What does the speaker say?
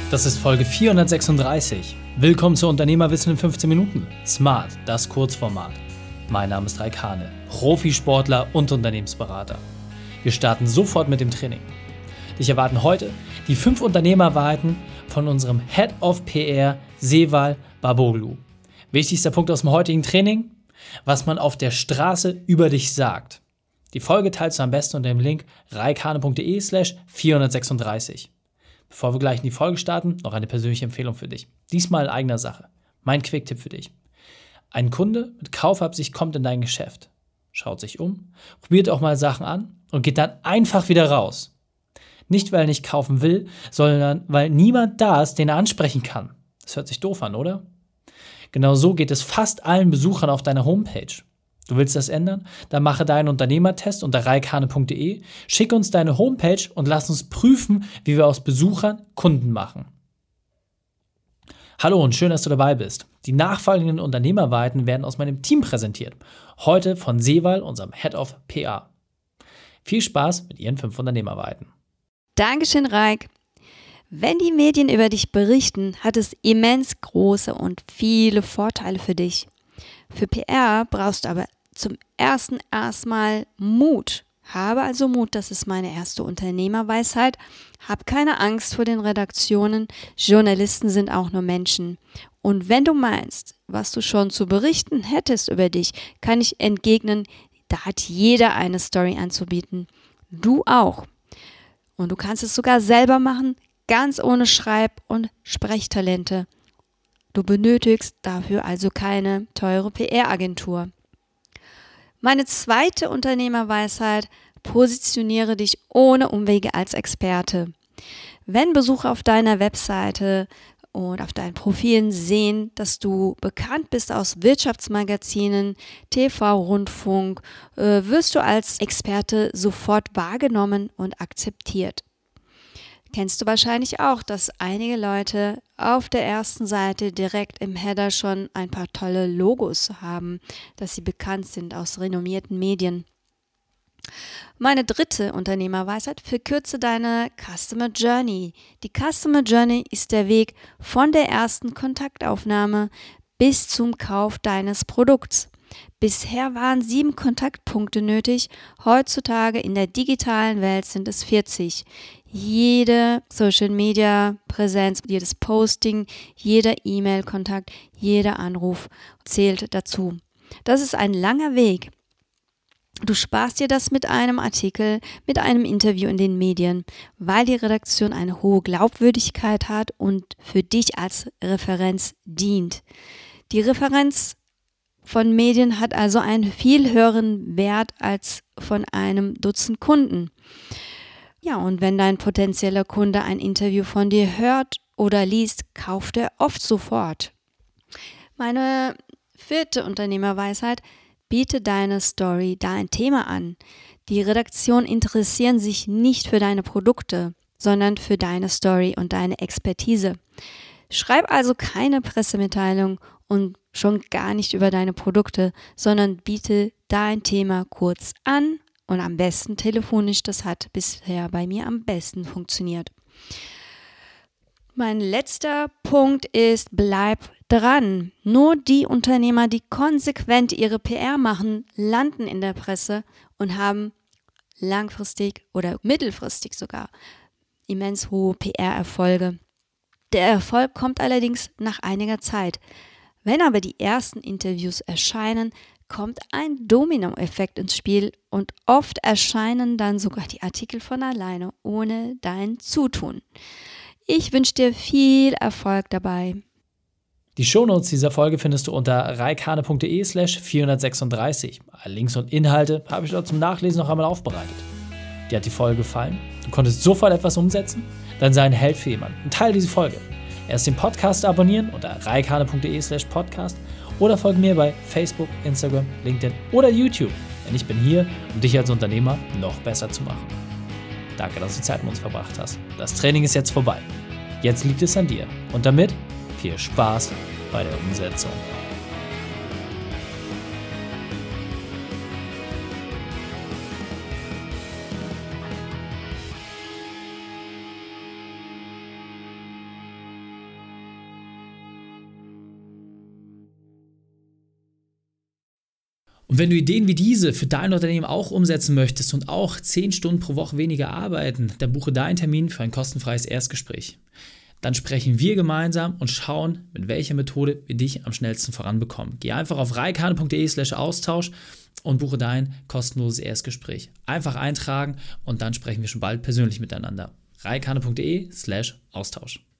Das ist Folge 436. Willkommen zu Unternehmerwissen in 15 Minuten. Smart, das Kurzformat. Mein Name ist Raik Hane, Profisportler und Unternehmensberater. Wir starten sofort mit dem Training. Dich erwarten heute die 5 Unternehmerwahrheiten von unserem Head of PR, Seval Baboglu. Wichtigster Punkt aus dem heutigen Training: was man auf der Straße über dich sagt. Die Folge teilst du am besten unter dem Link reikhane.de/436. Bevor wir gleich in die Folge starten, noch eine persönliche Empfehlung für dich. Diesmal in eigener Sache. Mein Quick-Tipp für dich. Ein Kunde mit Kaufabsicht kommt in dein Geschäft, schaut sich um, probiert auch mal Sachen an und geht dann einfach wieder raus. Nicht, weil er nicht kaufen will, sondern weil niemand da ist, den er ansprechen kann. Das hört sich doof an, oder? Genau so geht es fast allen Besuchern auf deiner Homepage. Du willst das ändern? Dann mache deinen Unternehmertest unter reikhane.de, schick uns deine Homepage und lass uns prüfen, wie wir aus Besuchern Kunden machen. Hallo und schön, dass du dabei bist. Die nachfolgenden Unternehmerwahrheiten werden aus meinem Team präsentiert. Heute von Seval, unserem Head of PR. Viel Spaß mit ihren 5 Unternehmerwahrheiten. Dankeschön, Raik. Wenn die Medien über dich berichten, hat es immens große und viele Vorteile für dich. Für PR brauchst du aber zum ersten erstmal Mut. Habe also Mut, das ist meine erste Unternehmerweisheit. Hab keine Angst vor den Redaktionen. Journalisten sind auch nur Menschen. Und wenn du meinst, was du schon zu berichten hättest über dich, kann ich entgegnen, da hat jeder eine Story anzubieten. Du auch. Und du kannst es sogar selber machen, ganz ohne Schreib- und Sprechtalente. Du benötigst dafür also keine teure PR-Agentur. Meine zweite Unternehmerweisheit: positioniere dich ohne Umwege als Experte. Wenn Besucher auf deiner Webseite und auf deinen Profilen sehen, dass du bekannt bist aus Wirtschaftsmagazinen, TV-Rundfunk, wirst du als Experte sofort wahrgenommen und akzeptiert. Kennst du wahrscheinlich auch, dass einige Leute auf der ersten Seite direkt im Header schon ein paar tolle Logos haben, dass sie bekannt sind aus renommierten Medien. Meine dritte Unternehmerweisheit: verkürze deine Customer Journey. Die Customer Journey ist der Weg von der ersten Kontaktaufnahme bis zum Kauf deines Produkts. Bisher waren 7 Kontaktpunkte nötig, heutzutage in der digitalen Welt sind es 40. Jede Social-Media-Präsenz, jedes Posting, jeder E-Mail-Kontakt, jeder Anruf zählt dazu. Das ist ein langer Weg. Du sparst dir das mit einem Artikel, mit einem Interview in den Medien, weil die Redaktion eine hohe Glaubwürdigkeit hat und für dich als Referenz dient. Die Referenz von Medien hat also einen viel höheren Wert als von einem Dutzend Kunden. Ja, und wenn dein potenzieller Kunde ein Interview von dir hört oder liest, kauft er oft sofort. Meine 4. Unternehmerweisheit: biete deine Story, dein Thema an. Die Redaktion interessieren sich nicht für deine Produkte, sondern für deine Story und deine Expertise. Schreib also keine Pressemitteilung und schon gar nicht über deine Produkte, sondern biete dein Thema kurz an und am besten telefonisch. Das hat bisher bei mir am besten funktioniert. Mein letzter Punkt ist: bleib dran. Nur die Unternehmer, die konsequent ihre PR machen, landen in der Presse und haben langfristig oder mittelfristig sogar immens hohe PR-Erfolge. Der Erfolg kommt allerdings nach einiger Zeit. Wenn aber die ersten Interviews erscheinen, kommt ein Dominoeffekt ins Spiel und oft erscheinen dann sogar die Artikel von alleine, ohne dein Zutun. Ich wünsche dir viel Erfolg dabei. Die Shownotes dieser Folge findest du unter reikhane.de/436. Alle Links und Inhalte habe ich dort zum Nachlesen noch einmal aufbereitet. Dir hat die Folge gefallen? Du konntest sofort etwas umsetzen? Dann sei ein Held für jemanden und teile diese Folge. Erst den Podcast abonnieren unter reikhane.de/podcast oder folge mir bei Facebook, Instagram, LinkedIn oder YouTube, denn ich bin hier, um dich als Unternehmer noch besser zu machen. Danke, dass du Zeit mit uns verbracht hast. Das Training ist jetzt vorbei. Jetzt liegt es an dir. Und damit viel Spaß bei der Umsetzung. Und wenn du Ideen wie diese für dein Unternehmen auch umsetzen möchtest und auch 10 Stunden pro Woche weniger arbeiten, dann buche deinen Termin für ein kostenfreies Erstgespräch. Dann sprechen wir gemeinsam und schauen, mit welcher Methode wir dich am schnellsten voranbekommen. Geh einfach auf reikane.de/Austausch und buche dein kostenloses Erstgespräch. Einfach eintragen und dann sprechen wir schon bald persönlich miteinander. reikane.de/Austausch.